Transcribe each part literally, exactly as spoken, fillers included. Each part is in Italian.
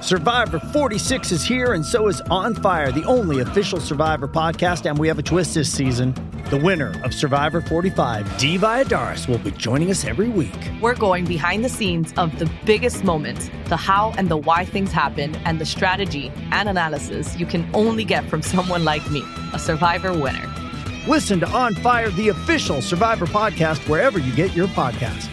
Survivor forty-six is here, and so is On Fire, the only official Survivor podcast, and we have a twist this season. The winner of Survivor forty-five, Dee Valladares, will be joining us every week. We're going behind the scenes of the biggest moments, the how and the why things happen, and the strategy and analysis you can only get from someone like me, a Survivor winner. Listen to On Fire, the official Survivor podcast, wherever you get your podcasts.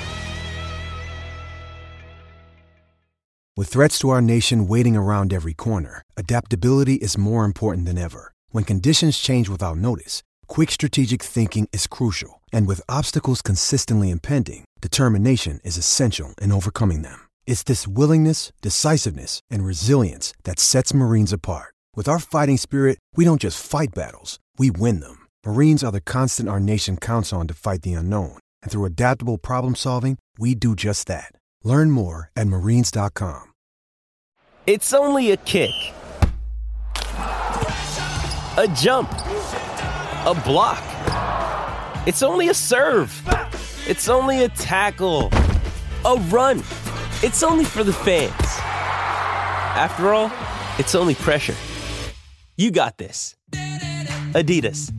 With threats to our nation waiting around every corner, adaptability is more important than ever. When conditions change without notice, quick strategic thinking is crucial. And with obstacles consistently impending, determination is essential in overcoming them. It's this willingness, decisiveness, and resilience that sets Marines apart. With our fighting spirit, we don't just fight battles, we win them. Marines are the constant our nation counts on to fight the unknown. And through adaptable problem solving, we do just that. Learn more at marines dot com. It's only a kick, a jump, a block. It's only a serve. It's only a tackle, a run. It's only for the fans. After all, it's only pressure. You got this. Adidas.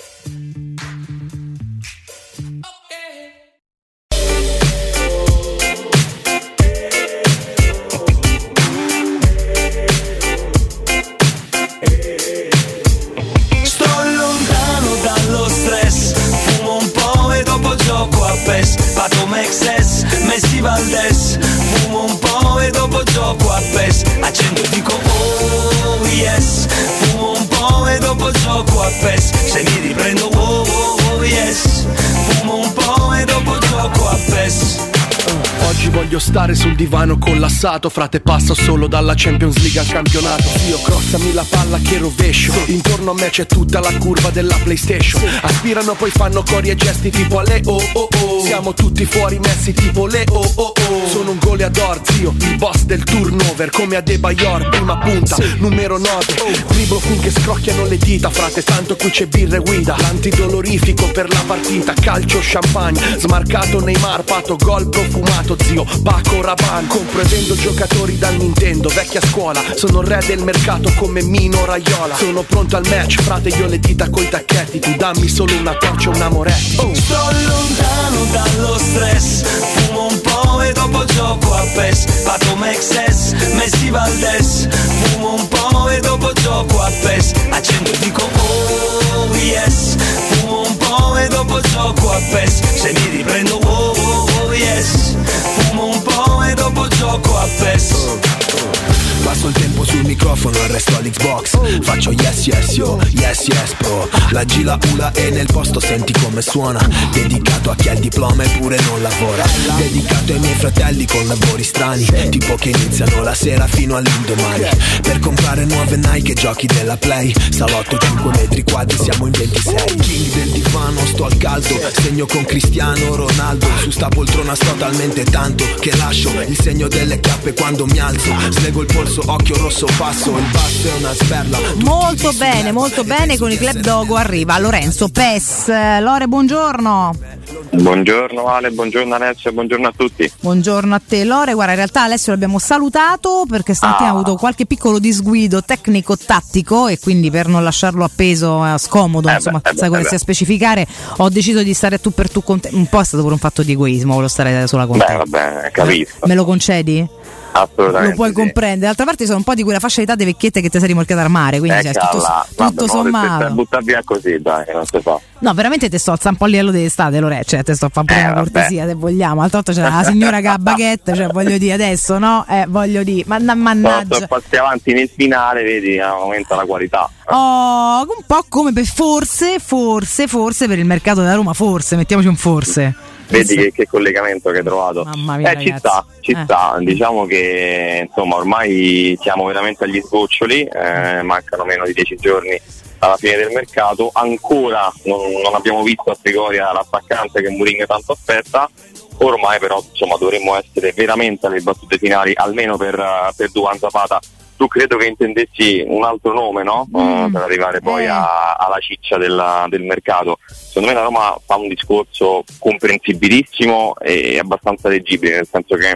Gioco a P E S, Pato Mexes, Messi Valdes. Fumo un po' e dopo gioco a P E S. Accendo e dico oh yes. Fumo un po' e dopo gioco a P E S. Se mi riprendo oh, oh, oh yes. Fumo un po' e dopo gioco a P E S. Oggi voglio stare sul divano collassato. Frate, passo solo dalla Champions League al campionato. Io crossami la palla che rovescio. Intorno a me c'è tutta la curva della PlayStation. Aspirano poi fanno cori e gesti tipo alle oh oh oh. Siamo tutti fuori messi tipo le oh oh oh. Sono un goleador, zio, il boss del turnover. Come Adebayor, prima punta, numero nove. Driblo finché scrocchiano le dita. Frate, tanto qui c'è birra e guida. L'antidolorifico per la partita. Calcio, champagne, smarcato Neymar. Pato, gol profumato, zio, Paco Rabanne. Compro e vendo giocatori da Nintendo, vecchia scuola. Sono il re del mercato come Mino Raiola. Sono pronto al match, frate, io le dita coi tacchetti. Tu dammi solo una torcia, un amoretti. oh. Sto lontano dallo stress. Fumo un po' e dopo gioco a P E S. Pato Mexes, Messi Valdes. Fumo un po' e dopo gioco a P E S. Accendo e dico oh yes. Fumo un po' e dopo gioco a P E S. Se mi riprendo oh, oh, oh yes. Fumo un po' e dopo gioco a P E S. Passo il tempo sul microfono e resto all'Xbox. Faccio yes yes yo, yes yes pro. La G la Ula e nel posto senti come suona. Dedicato a chi ha il diploma eppure non lavora. Dedicato ai miei fratelli con lavori strani, tipo che iniziano la sera fino all'indomani. Per comprare nuove Nike e giochi della Play. Salotto cinque metri quadri, siamo in ventisei. King del divano, sto al caldo. Segno con Cristiano Ronaldo. Su sta poltrona sto talmente tanto che lascio il segno delle chiappe quando mi alzo. Slego il polso, occhio rosso, passo, il basso è una sperla. Molto bene, molto bene. Con il Club Dogo arriva Lorenzo Pes. Lore, buongiorno. Buongiorno Ale, buongiorno Alessio, buongiorno a tutti. Buongiorno a te Lore. Guarda, in realtà Alessio l'abbiamo salutato perché stamattina ah. ha avuto qualche piccolo disguido tecnico-tattico e quindi per non lasciarlo appeso eh, scomodo, eh insomma, senza volersi a specificare, ho deciso di stare tu per tu con te. Un po' è stato pure un fatto di egoismo, volevo stare sola con Beh, te. Vabbè, capisco. Me lo concedi? Assolutamente lo puoi sì. comprendere. D'altra parte sono un po' di quella fascia d'età delle vecchiette che ti sei rimorchiata al mare, quindi cioè, tutto, tutto sommato non butta via così, dai, non si fa. No, veramente te sto alzando un po' a livello dell'estate, Lore, cioè te sto a fare un po' eh, una cortesia se vogliamo. Altra volta c'era la signora che ha baguette, cioè voglio dire adesso, no? Eh, voglio dire, ma mannaggia. Se passi avanti nel finale, vedi, aumenta la qualità. Oh, un po' come per forse, forse, forse per il mercato della Roma, forse, mettiamoci un forse. Vedi che, che collegamento che hai trovato. Mamma mia, eh, ci sta, ci eh. sta. Diciamo che insomma ormai siamo veramente agli sgoccioli, eh, mancano meno di dieci giorni alla fine del mercato. Ancora non, non abbiamo visto a Trigoria l'attaccante che Mourinho tanto aspetta. Ormai però insomma dovremmo essere veramente alle battute finali, almeno per, per Duvan Zapata. Tu credo che intendessi un altro nome, no? Mm. Uh, per arrivare poi eh. a, alla ciccia della, del mercato. Secondo me la Roma fa un discorso comprensibilissimo e abbastanza leggibile, nel senso che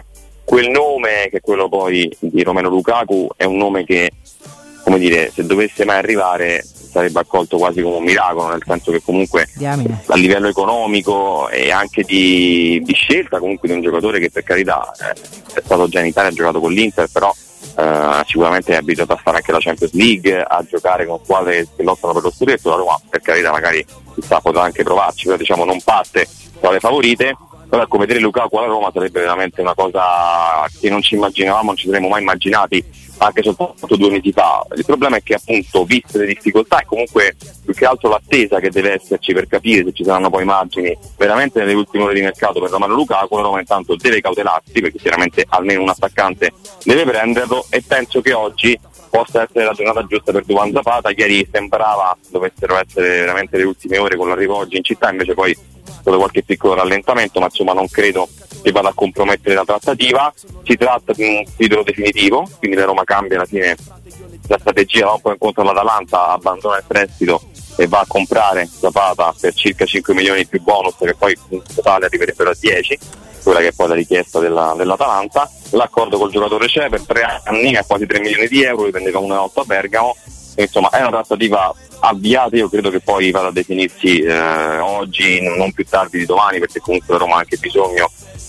quel nome, che è quello poi di Romelu Lukaku, è un nome che, come dire, se dovesse mai arrivare sarebbe accolto quasi come un miracolo, nel senso che comunque Diamine. a livello economico e anche di, di scelta comunque di un giocatore che per carità eh, è stato già in Italia, ha giocato con l'Inter, però eh, sicuramente è abituato a fare anche la Champions League, a giocare con squadre che lottano per lo scudetto. La Roma per carità magari chissà, potrà anche provarci, però diciamo non parte tra le favorite. Però ecco, vedere Lukaku alla Roma sarebbe veramente una cosa che non ci immaginavamo, non ci saremmo mai immaginati anche soltanto due mesi fa. Il problema è che appunto, viste le difficoltà e comunque più che altro l'attesa che deve esserci per capire se ci saranno poi margini veramente nelle ultime ore di mercato per Romelu Lukaku, la Roma intanto deve cautelarsi, perché chiaramente almeno un attaccante deve prenderlo, e penso che oggi possa essere la giornata giusta per Duvan Zapata. Ieri sembrava dovessero essere veramente le ultime ore con l'arrivo oggi in città, invece poi c'è stato qualche piccolo rallentamento, ma insomma non credo che vada a compromettere la trattativa. Si tratta di un titolo definitivo, quindi la Roma cambia alla fine la strategia, va un po' incontro all'Atalanta, abbandona il prestito e va a comprare Zapata per circa cinque milioni più bonus, che poi in totale arriverebbero a dieci, quella che è poi la richiesta della, dell'Atalanta. L'accordo col giocatore c'è per tre anni a quasi tre milioni di euro, li prendeva uno virgola otto a Bergamo. E, insomma, è una trattativa avviata, io credo che poi vada a definirsi eh, oggi, non più tardi di domani, perché comunque la Roma ha anche bisogno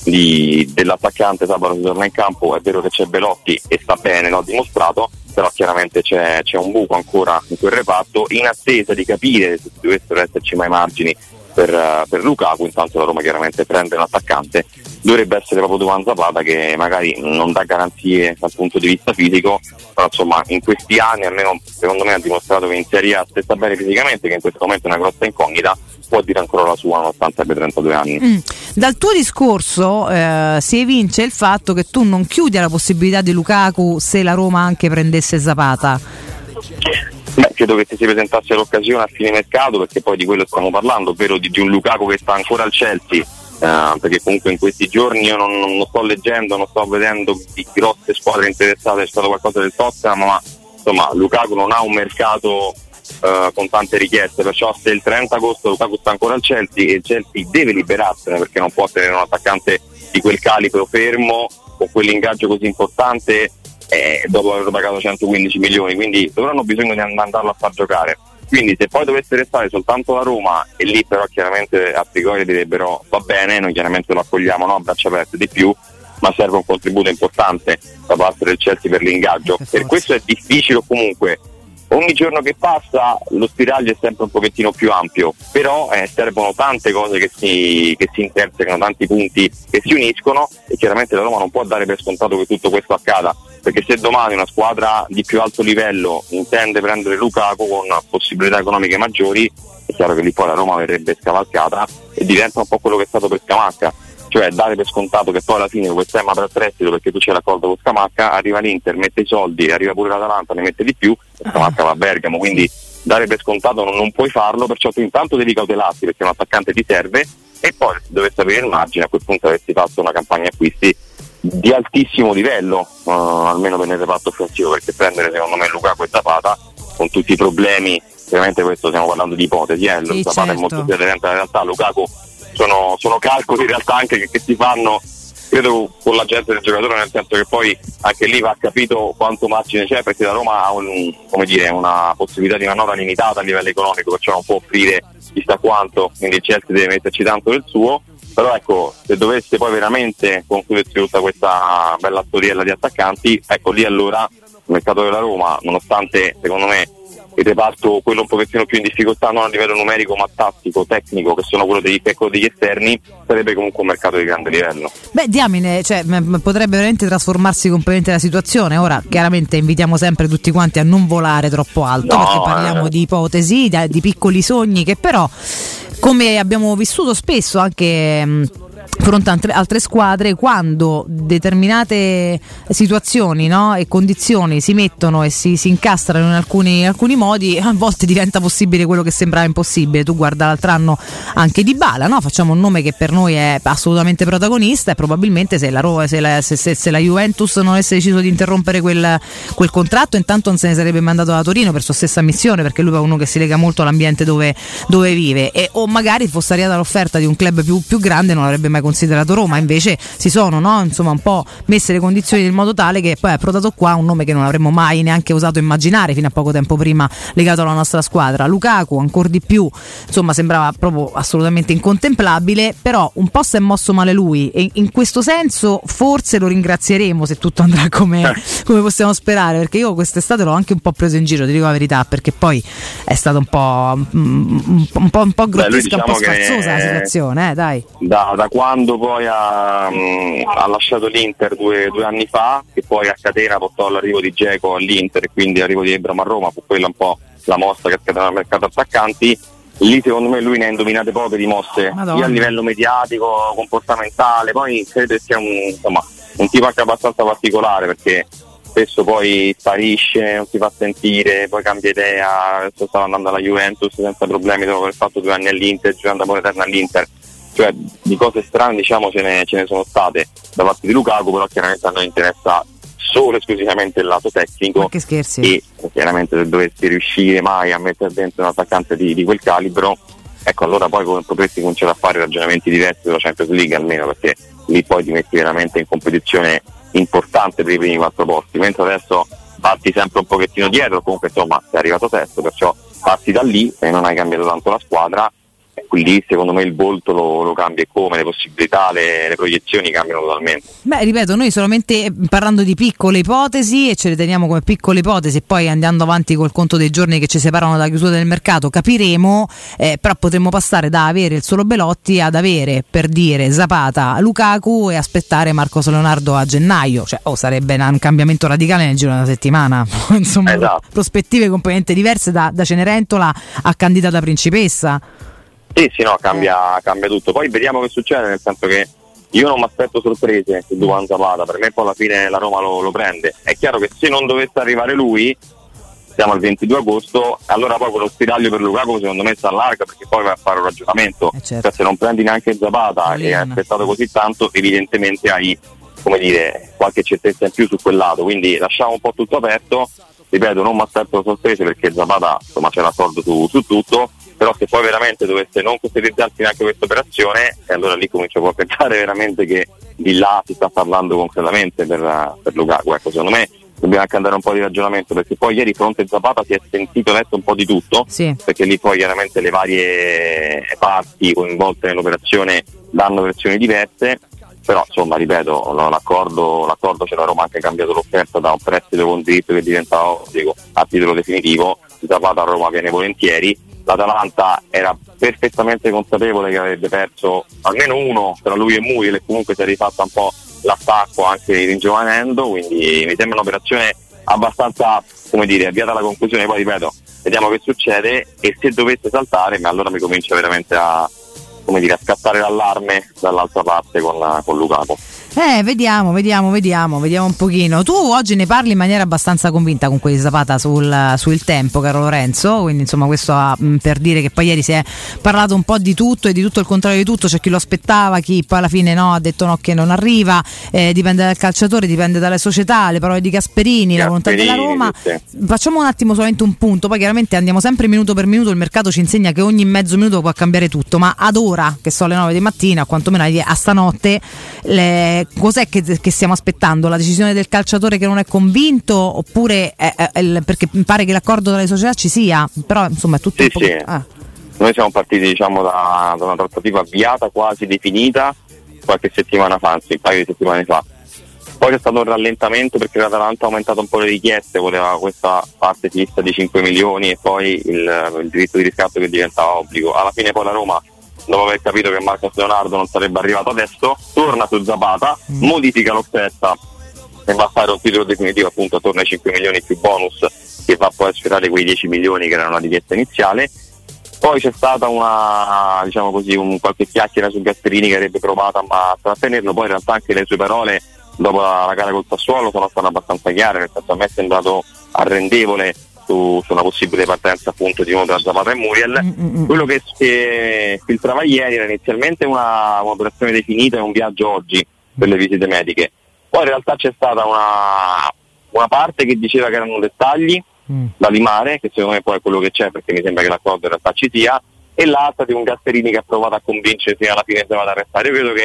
di, dell'attaccante. Sabato si torna in campo, è vero che c'è Belotti e sta bene, l'ho dimostrato, però chiaramente c'è, c'è un buco ancora in quel reparto, in attesa di capire se dovessero esserci mai margini per, uh, per Lukaku. Intanto la Roma chiaramente prende l'attaccante, dovrebbe essere proprio Duvan Zapata, che magari non dà garanzie dal punto di vista fisico, però insomma in questi anni almeno secondo me ha dimostrato che in Serie A se sta bene fisicamente, che in questo momento è una grossa incognita, può dire ancora la sua nonostante abbia trentadue anni. Mm. Dal tuo discorso eh, si evince il fatto che tu non chiudi alla possibilità di Lukaku se la Roma anche prendesse Zapata. Beh, credo che si presentasse l'occasione a fine mercato, perché poi di quello stiamo parlando, ovvero di, di un Lukaku che sta ancora al Chelsea, eh, perché comunque in questi giorni io non, non sto leggendo, non sto vedendo di grosse squadre interessate, c'è stato qualcosa del Tottenham, ma insomma Lukaku non ha un mercato Uh, con tante richieste, perciò se il trenta agosto Lukaku sta ancora al Chelsea e il Chelsea deve liberarsene, perché non può tenere un attaccante di quel calibro fermo con quell'ingaggio così importante eh, dopo aver pagato centoquindici milioni, quindi dovranno bisogno di mandarlo a far giocare. Quindi se poi dovesse restare soltanto la Roma, e lì però chiaramente a Trigoria direbbero va bene, noi chiaramente lo accogliamo, no, a braccia aperte di più, ma serve un contributo importante da parte del Chelsea per l'ingaggio. Per questo è difficile, comunque ogni giorno che passa lo spiraglio è sempre un pochettino più ampio, però eh, servono tante cose che si, che si intersecano, tanti punti che si uniscono, e chiaramente la Roma non può dare per scontato che tutto questo accada, perché se domani una squadra di più alto livello intende prendere Lukaku con possibilità economiche maggiori, è chiaro che lì poi la Roma verrebbe scavalcata e diventa un po' quello che è stato per Scamacca, cioè dare per scontato che poi alla fine questo è ma per prestito perché tu c'è l'accordo con Scamacca, arriva l'Inter, mette i soldi, arriva pure l'Atalanta, ne mette di più, e Scamacca va a Bergamo, quindi dare per scontato non, non puoi farlo, perciò tu intanto devi cautelarti perché un attaccante ti serve, e poi se dovessi avere il margine a quel punto avresti fatto una campagna acquisti di altissimo livello, uh, almeno per il reparto offensivo, perché prendere secondo me Lukaku e Zapata con tutti i problemi, ovviamente questo stiamo parlando di ipotesi, eh? Sì, Zapata certo. è molto più aderente alla realtà, Lukaku sono, sono calcoli in realtà anche che, che si fanno credo con la gente del giocatore, nel senso che poi anche lì va capito quanto margine c'è, perché la Roma ha un, come dire, una possibilità di manovra limitata a livello economico, perciò non può offrire chissà quanto, quindi il Chelsea deve metterci tanto del suo. Però ecco, se dovesse poi veramente concludersi tutta questa bella storiella di attaccanti, ecco lì allora il mercato della Roma, nonostante secondo me il reparto quello un pochettino più in difficoltà non a livello numerico ma tattico, tecnico, che sono quello degli, quello degli esterni, sarebbe comunque un mercato di grande livello. Beh, diamine, cioè, m- potrebbe veramente trasformarsi completamente la situazione. Ora chiaramente invitiamo sempre tutti quanti a non volare troppo alto, no, perché parliamo eh. di ipotesi, di, di piccoli sogni che però, come abbiamo vissuto spesso anche mh, fronte a altre squadre, quando determinate situazioni, no, e condizioni si mettono e si, si incastrano in alcuni, in alcuni modi, a volte diventa possibile quello che sembrava impossibile. Tu guarda l'altro anno anche Dybala, no? Facciamo un nome che per noi è assolutamente protagonista, e probabilmente se la, se la, se, se, se la Juventus non avesse deciso di interrompere quel, quel contratto, intanto non se ne sarebbe mandato da Torino per sua stessa missione, perché lui è uno che si lega molto all'ambiente dove, dove vive, e, o magari fosse arrivata l'offerta di un club più, più grande, non avrebbe mai mai considerato Roma, invece si sono, no, insomma, un po' messe le condizioni in modo tale che poi è approdato qua un nome che non avremmo mai neanche osato immaginare fino a poco tempo prima legato alla nostra squadra. Lukaku ancora di più, insomma, sembrava proprio assolutamente incontemplabile, però un po' si è mosso male lui e in questo senso forse lo ringrazieremo se tutto andrà come, come possiamo sperare, perché io quest'estate l'ho anche un po' preso in giro, ti dico la verità, perché poi è stata un po' un, un po', un po' grottesca, Beh, diciamo un po' sfarzosa la situazione, eh, dai. Da, da quando poi ha, mh, ha lasciato l'Inter due, due anni fa, che poi a catena portò all'arrivo di Dzeko all'Inter e quindi l'arrivo di Abraham a Roma, fu quella un po' la mossa che ha scatenato il mercato attaccanti. Lì secondo me lui ne ha indovinate poche di mosse, Madonna. Sia a livello mediatico, comportamentale, poi credo che sia un, insomma, un tipo anche abbastanza particolare, perché spesso poi sparisce, non si fa sentire, poi cambia idea. Adesso stava andando alla Juventus senza problemi dopo aver fatto due anni all'Inter, giocando a eterna all'Inter. Cioè di cose strane, diciamo, ce ne, ce ne sono state da parte di Lukaku, però chiaramente a noi interessa solo esclusivamente il lato tecnico. Ma che scherzi. E chiaramente se dovessi riuscire mai a mettere dentro un attaccante di, di quel calibro, ecco, allora poi potresti cominciare a fare ragionamenti diversi sulla Champions League almeno, perché lì poi ti metti veramente in competizione importante per i primi quattro posti, mentre adesso parti sempre un pochettino dietro, comunque insomma sei arrivato sesto, perciò parti da lì e non hai cambiato tanto la squadra. Lì secondo me il volto lo, lo cambia, e come le possibilità, le, le proiezioni cambiano totalmente. Beh, ripeto, noi solamente parlando di piccole ipotesi, e ce le teniamo come piccole ipotesi, e poi andando avanti col conto dei giorni che ci separano dalla chiusura del mercato capiremo, eh, però potremmo passare da avere il solo Belotti ad avere, per dire, Zapata, Lukaku e aspettare Marcos Leonardo a gennaio, cioè oh, sarebbe un cambiamento radicale nel giro di una settimana. Insomma, esatto. Prospettive completamente diverse da, da Cenerentola a candidata principessa. Sì, sì, no, cambia, cambia tutto. Poi vediamo che succede, nel senso che io non mi aspetto sorprese su Duvan Zapata, per me poi alla fine la Roma lo, lo prende. È chiaro che se non dovesse arrivare lui, siamo al ventidue agosto, allora poi quello spiraglio per Lukaku secondo me si allarga, perché poi vai a fare un ragionamento. Eh certo. Cioè, se non prendi neanche Zapata e hai aspettato così tanto, evidentemente hai, come dire, qualche certezza in più su quel lato, quindi lasciamo un po' tutto aperto. Ripeto, non mi aspetto sorprese, perché Zapata insomma c'è l'accordo su, su tutto. Però se poi veramente dovesse non concretizzarsi neanche questa operazione, e allora lì comincio a pensare veramente che di là si sta parlando concretamente per, per Lukaku. Ecco, secondo me dobbiamo anche andare un po' di ragionamento, perché poi ieri fronte a Zapata si è sentito letto un po' di tutto, sì. Perché lì poi chiaramente le varie parti coinvolte nell'operazione danno versioni diverse, però insomma ripeto, l'accordo, l'accordo c'è, la Roma ha anche cambiato l'offerta da un prestito con diritto che diventava obbligo a titolo definitivo. Zapata a Roma viene volentieri. L'Atalanta era perfettamente consapevole che avrebbe perso almeno uno tra lui e Muriel, e comunque si è rifatta un po' l'attacco anche ringiovanendo, quindi mi sembra un'operazione abbastanza, come dire, avviata alla conclusione. Poi ripeto, vediamo che succede, e se dovesse saltare, ma allora mi comincia veramente a, come dire, a scattare l'allarme dall'altra parte con, con Lukaku. Eh, vediamo, vediamo, vediamo, vediamo un pochino. Tu oggi ne parli in maniera abbastanza convinta con quelli Zapata sul, sul tempo, caro Lorenzo, quindi insomma questo ha, per dire che poi ieri si è parlato un po' di tutto e di tutto il contrario di tutto, c'è chi lo aspettava, chi poi alla fine no, ha detto no, che non arriva, eh, dipende dal calciatore, dipende dalle società, le parole di Gasperini, Gasperini la volontà della Roma. Sì. Facciamo un attimo solamente un punto, poi chiaramente andiamo sempre minuto per minuto, il mercato ci insegna che ogni mezzo minuto può cambiare tutto, ma ad ora, che sono le nove di mattina, o quantomeno a stanotte, le cos'è che, che stiamo aspettando? La decisione del calciatore che non è convinto, oppure è, è, è, perché mi pare che l'accordo tra le società ci sia, però insomma è tutto sì, un po'. Sì. Ah. Noi siamo partiti diciamo da, da una trattativa avviata, quasi definita qualche settimana fa, anzi un paio di settimane fa. Poi c'è stato un rallentamento perché l'Atalanta ha aumentato un po' le richieste, voleva questa parte fissa di cinque milioni e poi il, il diritto di riscatto che diventava obbligo. Alla fine poi la Roma, dopo aver capito che Marcos Leonardo non sarebbe arrivato adesso, torna su Zapata, mm. modifica l'offerta e va a fare un titolo definitivo appunto attorno ai cinque milioni più bonus, che va poi a sfiorare quei dieci milioni che erano la richiesta iniziale. Poi c'è stata una, diciamo così, un qualche chiacchiera su Gasperini che avrebbe provato a trattenerlo, poi in realtà anche le sue parole dopo la, la gara col Sassuolo sono state abbastanza chiare, nel senso a me è sembrato arrendevole su, su una possibile partenza appunto di uno tra Zapata e Muriel. Mm-hmm. Quello che, che filtrava ieri era inizialmente una, un'operazione definita e un viaggio oggi per le visite mediche, poi in realtà c'è stata una, una parte che diceva che erano dettagli mm. da limare, che secondo me poi è quello che c'è, perché mi sembra che l'accordo in realtà ci sia, e l'altra di un Gasperini che ha provato a convincere fino alla fine Zapata a restare. Io credo che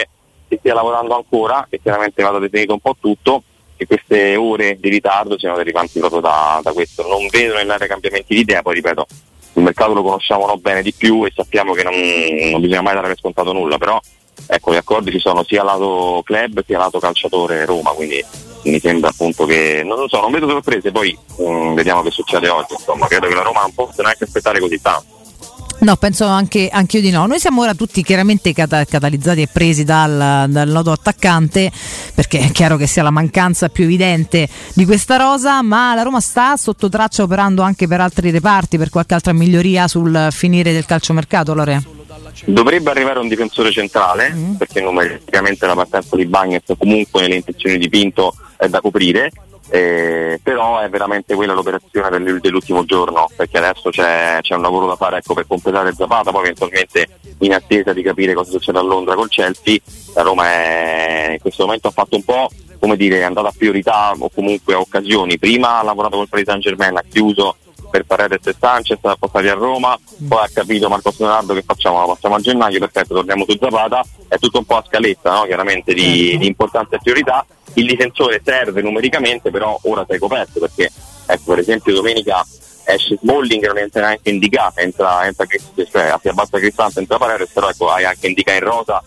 si stia lavorando ancora, e chiaramente vada definito un po' tutto, che queste ore di ritardo siano derivanti proprio da, da questo. Non vedo nell'area cambiamenti di idea, poi ripeto, il mercato lo conosciamo no bene di più e sappiamo che non, non bisogna mai dare per scontato nulla, però ecco, gli accordi ci sono sia lato club sia lato calciatore Roma, quindi mi sembra appunto che, non lo so, non vedo sorprese, poi um, vediamo che succede oggi, insomma, credo che la Roma non possa neanche aspettare così tanto. No, penso anche anch'io di no. Noi siamo ora tutti chiaramente cata- catalizzati e presi dal, dal nodo attaccante, perché è chiaro che sia la mancanza più evidente di questa rosa, ma la Roma sta sotto traccia operando anche per altri reparti, per qualche altra miglioria sul finire del calciomercato, Lore? Dovrebbe arrivare un difensore centrale, mm. perché numericamente la partenza di Bagnez comunque nelle intenzioni di Pinto è da coprire. Eh, però è veramente quella l'operazione dell'ultimo giorno, perché adesso c'è, c'è un lavoro da fare, ecco, per completare Zapata, poi eventualmente in attesa di capire cosa succede a Londra col Chelsea. La Roma è, in questo momento ha fatto un po', come dire, è andata a priorità o comunque a occasioni. Prima ha lavorato col Paris Saint-Germain, ha chiuso per Paredes e Sanchez, ha portati a Roma, poi ha capito Marcos Leonardo che facciamo, la passiamo a gennaio, perfetto, torniamo su Zapata, è tutto un po' a scaletta, no? Chiaramente di, di importanza e priorità. Il difensore serve numericamente, però ora sei coperto, perché ecco, per esempio domenica esce Smalling, non entra neanche indicata, entra, entra cioè si abbassa Cristante, entra Paredes, però ecco, hai anche indica in rosa,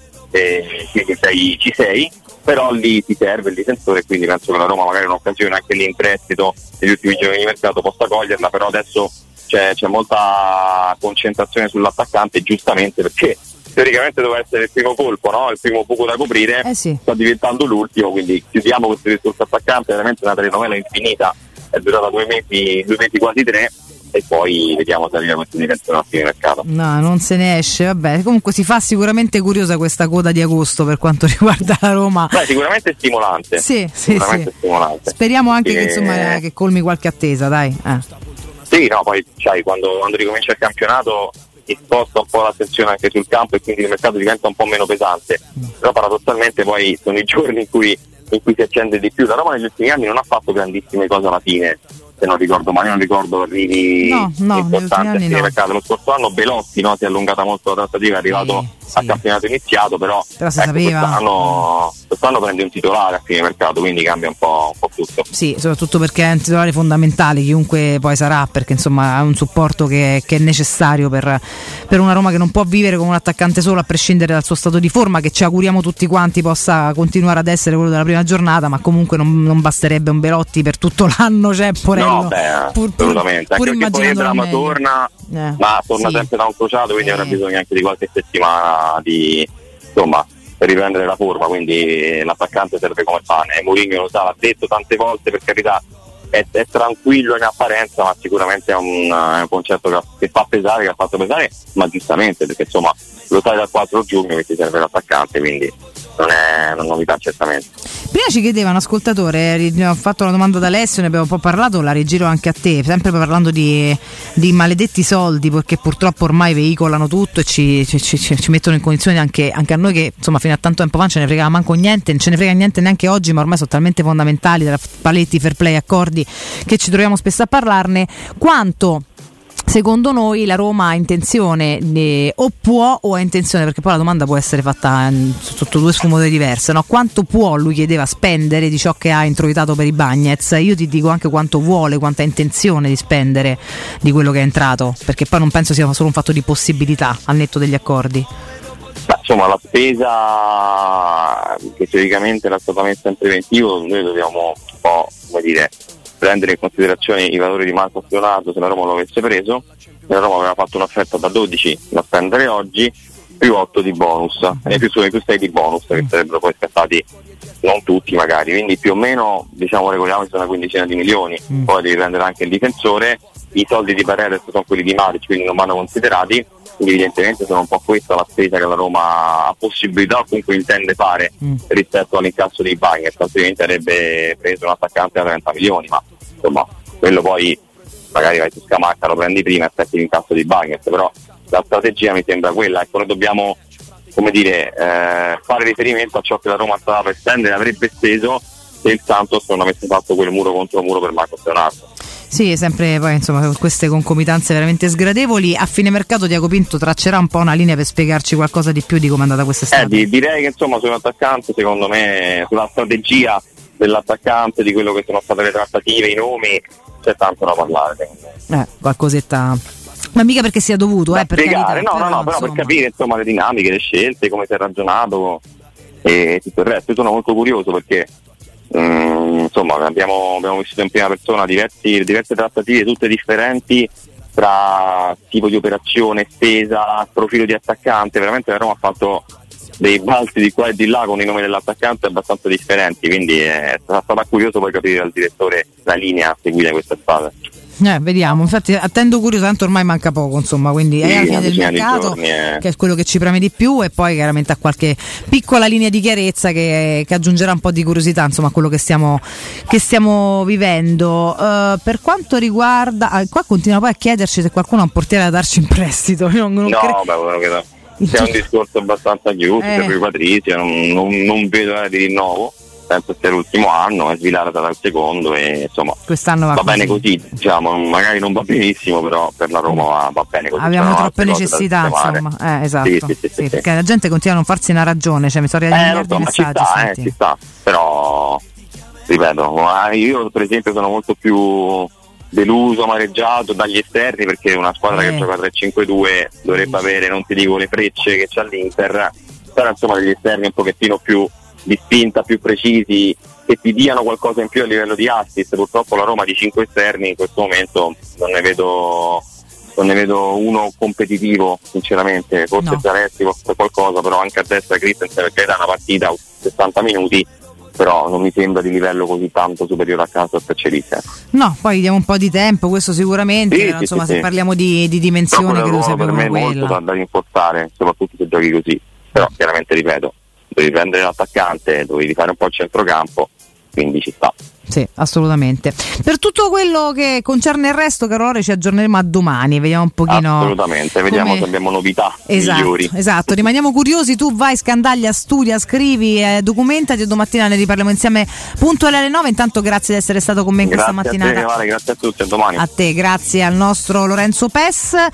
e quindi sei, ci sei, però lì ti serve il difensore, quindi penso che la Roma magari un'occasione anche lì in prestito negli ultimi giorni di mercato possa coglierla, però adesso c'è, c'è molta concentrazione sull'attaccante, giustamente, perché teoricamente doveva essere il primo colpo, no? Il primo buco da coprire, eh sì. Sta diventando l'ultimo, quindi chiudiamo questo discorso attaccante, veramente una telenovela infinita, è durata due mesi, due mesi quasi tre, e poi vediamo se arriva questa indicazione a fine mercato. No, non se ne esce, vabbè, comunque si fa sicuramente curiosa questa coda di agosto per quanto riguarda la Roma. Beh, sicuramente stimolante. Sì, sì, sicuramente sì. Stimolante. Speriamo anche e... che insomma che colmi qualche attesa, dai. Eh. Sì, no, poi sai, quando, quando ricomincia il campionato si sposta un po' l'attenzione anche sul campo e quindi il mercato diventa un po' meno pesante, però paradossalmente poi sono i giorni in cui, in cui si accende di più. La Roma negli ultimi anni non ha fatto grandissime cose alla fine, se non ricordo male, non ricordo arrivi no, no, importanti a fine no. mercato. Lo scorso anno Belotti, no, si è allungata molto la trattativa, è arrivato sì, sì. al campionato iniziato, però, però si ecco, sapeva. Quest'anno, quest'anno prende un titolare a fine mercato, quindi cambia un po', un po' tutto. Sì, soprattutto perché è un titolare fondamentale, chiunque poi sarà, perché insomma è un supporto che, che è necessario per, per una Roma che non può vivere come un attaccante solo, a prescindere dal suo stato di forma, che ci auguriamo tutti quanti possa continuare ad essere quello della prima giornata, ma comunque non, non basterebbe un Belotti per tutto l'anno, cioè Porello. No, beh, pur, assolutamente, pur, anche pur perché poi Drama torna, eh, ma torna sì. sempre da un crociato, quindi eh. avrà bisogno anche di qualche settimana di, insomma, per riprendere la forma, quindi l'attaccante serve come pane, e Mourinho lo sa, l'ha detto tante volte, per carità, è, è tranquillo in apparenza, ma sicuramente è un, è un concetto che, che fa pesare, che ha fatto pesare, ma giustamente, perché insomma lo sai dal quattro giugno che ti serve l'attaccante, quindi non è una novità certamente. Prima ci chiedeva un ascoltatore, ho fatto una domanda ad Alessio, ne abbiamo un po' parlato, la rigiro anche a te, sempre parlando di, di maledetti soldi, perché purtroppo ormai veicolano tutto e ci, ci, ci, ci mettono in condizioni anche, anche a noi che insomma fino a tanto tempo fa non ce ne fregava manco niente, non ce ne frega niente neanche oggi, ma ormai sono talmente fondamentali, tra paletti, fair play, accordi, che ci troviamo spesso a parlarne. Quanto secondo noi la Roma ha intenzione eh, o può o ha intenzione, perché poi la domanda può essere fatta eh, sotto due sfumature diverse, no? Quanto può, lui chiedeva, spendere di ciò che ha introitato per i Bagnez? Io ti dico anche quanto vuole, quanta intenzione di spendere di quello che è entrato, perché poi non penso sia solo un fatto di possibilità al netto degli accordi. Beh, insomma, la spesa che teoricamente era stata messa in preventivo, noi dobbiamo un po', come dire, prendere in considerazione i valori di Marcos Leonardo. Se la Roma lo avesse preso, la Roma aveva fatto un'offerta da dodici da spendere oggi, più otto di bonus, e più, più sei di bonus, che sarebbero poi scattati non tutti magari, quindi più o meno, diciamo, regoliamo su una quindicina di milioni. Mm. Poi devi prendere anche il difensore, i soldi di Paredes sono quelli di Matic, quindi non vanno considerati, quindi evidentemente sono un po' questa la spesa che la Roma ha possibilità o comunque intende fare mm. rispetto all'incasso dei Bagnets, altrimenti avrebbe preso un attaccante da trenta milioni, ma insomma quello poi magari vai su Scamacca, lo prendi prima e aspetti l'incasso dei Bagnets, però la strategia mi sembra quella. Ecco, noi dobbiamo, come dire, eh, fare riferimento a ciò che la Roma stava per stendere, avrebbe steso se il Santos non avesse fatto quel muro contro muro per Marcos Leonardo. Sì, sempre poi insomma con queste concomitanze veramente sgradevoli. A fine mercato Tiago Pinto traccerà un po' una linea per spiegarci qualcosa di più di come è andata quest'estate. Eh, di, direi che insomma sull'attaccante, secondo me, sulla strategia dell'attaccante, di quello che sono state le trattative, i nomi, c'è tanto da parlare. Eh, qualcosetta. Ma mica perché sia dovuto, eh, per spiegare, carità, no, però, no, no, però insomma, per capire insomma le dinamiche, le scelte, come si è ragionato e tutto il resto. Io sono molto curioso perché um, insomma abbiamo, abbiamo vissuto in prima persona diversi, diverse trattative, tutte differenti, tra tipo di operazione, spesa, profilo di attaccante. Veramente la Roma ha fatto dei balzi di qua e di là con i nomi dell'attaccante abbastanza differenti, quindi è stato curioso poi capire dal direttore la linea a seguire quest'estate. Eh, vediamo, infatti attendo curioso, tanto ormai manca poco, insomma, quindi sì, è alla fine del mercato giorni, eh. che è quello che ci preme di più, e poi chiaramente a qualche piccola linea di chiarezza che, che aggiungerà un po' di curiosità, insomma, a quello che stiamo, che stiamo vivendo. Uh, per quanto riguarda, ah, qua continua poi a chiederci se qualcuno ha un portiere da darci in prestito. Io non, non no, cre- beh, quello che da. C'è un discorso abbastanza chiuso, eh. per Patrizia, non, non, non vedo l'ora di rinnovo. Penso sia l'ultimo anno, è svilarata dal secondo e insomma quest'anno va, va così. bene così, diciamo, magari non va benissimo, però per la Roma va, va bene così. Abbiamo troppe necessità, insomma, eh, esatto, sì, sì, sì, sì, perché sì. La gente continua a non farsi una ragione, cioè mi sono arrivati eh, so, messaggi. Ci sta, eh, ci sta, però ripeto, io per esempio sono molto più deluso, amareggiato dagli esterni, perché una squadra eh. che gioca tre cinque due dovrebbe avere, non ti dico le frecce che c'ha l'Inter, però insomma degli esterni un pochettino più di spinta, più precisi, che ti diano qualcosa in più a livello di assist. Purtroppo la Roma di cinque esterni in questo momento non ne vedo non ne vedo uno competitivo, sinceramente. Forse no. Zanetti, forse qualcosa, però anche a destra Christensen, perché era una partita sessanta minuti, però non mi sembra di livello così tanto superiore a caso per Cerisa. No, poi diamo un po' di tempo, questo sicuramente, sì, però, insomma sì, se sì. parliamo di, di dimensioni credo sia per me quella. Molto da, da rinforzare, soprattutto se giochi così, però chiaramente ripeto, devi prendere l'attaccante, dovevi fare un po' il centrocampo, quindi ci sta. Sì, assolutamente. Per tutto quello che concerne il resto, caro Lore, ci aggiorneremo a domani, vediamo un pochino. Assolutamente, vediamo come... se abbiamo novità esatto, migliori. Esatto, rimaniamo curiosi, tu vai, scandaglia, studia, scrivi, eh, documentati e domattina ne riparliamo insieme puntuale alle nove. Intanto grazie di essere stato con me in grazie questa mattinata. A te, vale, grazie a tutti, a domani. A te, grazie al nostro Lorenzo Pes.